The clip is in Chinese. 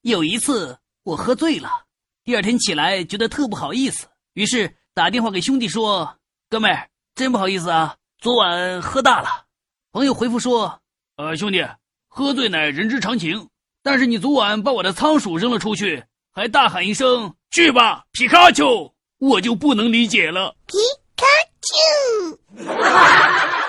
有一次我喝醉了，第二天起来觉得特不好意思，于是打电话给兄弟说：哥们儿，真不好意思啊，昨晚喝大了。朋友回复说：兄弟，喝醉乃人之常情，但是你昨晚把我的仓鼠扔了出去，还大喊一声去吧皮卡丘，我就不能理解了。 皮卡丘